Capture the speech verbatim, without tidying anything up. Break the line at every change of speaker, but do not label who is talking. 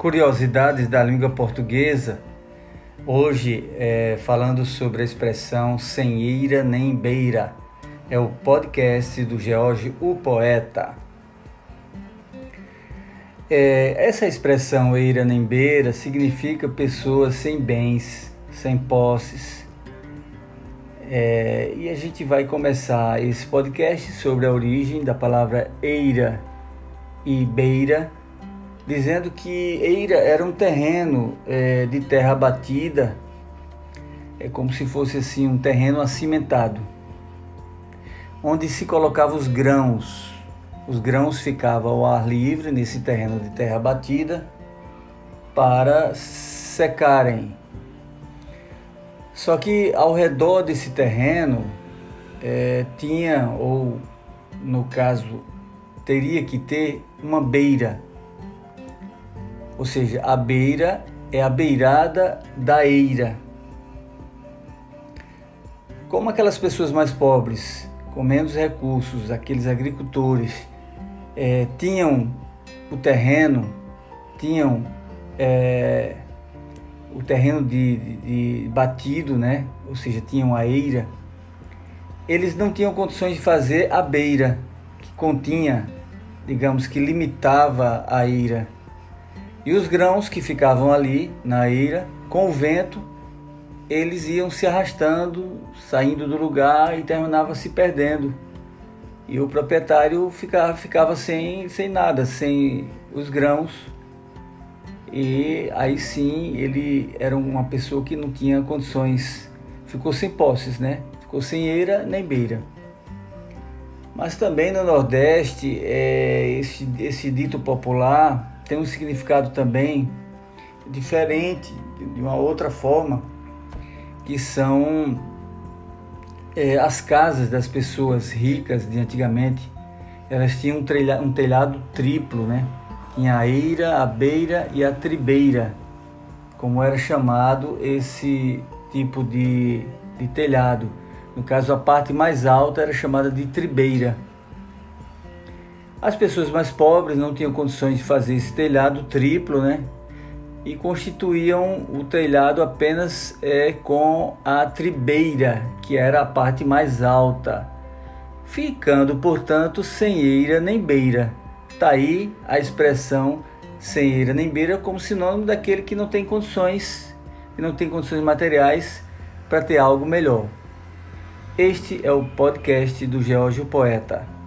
Curiosidades da língua portuguesa. Hoje, é, falando sobre a expressão sem eira nem beira. É o podcast do George, o poeta. É, essa expressão eira nem beira significa pessoas sem bens, sem posses. É, e a gente vai começar esse podcast sobre a origem da palavra eira e beira, dizendo que eira era um terreno é, de terra batida, é como se fosse assim um terreno acimentado, onde se colocava os grãos. Os grãos ficavam ao ar livre nesse terreno de terra batida para secarem. Só que ao redor desse terreno é, tinha, ou no caso, teria que ter uma beira. Ou seja, a beira é a beirada da eira. Como aquelas pessoas mais pobres, com menos recursos, aqueles agricultores, é, tinham o terreno, tinham é, o terreno de, de, de batido, né? Ou seja, tinham a eira, eles não tinham condições de fazer a beira, que continha, digamos que limitava a eira. E os grãos que ficavam ali na eira, com o vento, eles iam se arrastando, saindo do lugar e terminavam se perdendo. E o proprietário ficava, ficava sem, sem nada, sem os grãos. E aí sim, ele era uma pessoa que não tinha condições, ficou sem posses, né? Ficou sem eira nem beira. Mas também no Nordeste, é, esse, esse dito popular tem um significado também diferente, de uma outra forma, que são é, as casas das pessoas ricas de antigamente. Elas tinham um telhado, um telhado triplo, né? Tinha a eira, a beira e a tribeira, como era chamado esse tipo de, de telhado. No caso, a parte mais alta era chamada de tribeira. As pessoas mais pobres não tinham condições de fazer esse telhado triplo, né? E constituíam o telhado apenas é, com a tribeira, que era a parte mais alta, ficando, portanto, sem eira nem beira. Está aí a expressão sem eira nem beira como sinônimo daquele que não tem condições, que não tem condições materiais para ter algo melhor. Este é o podcast do George, o poeta.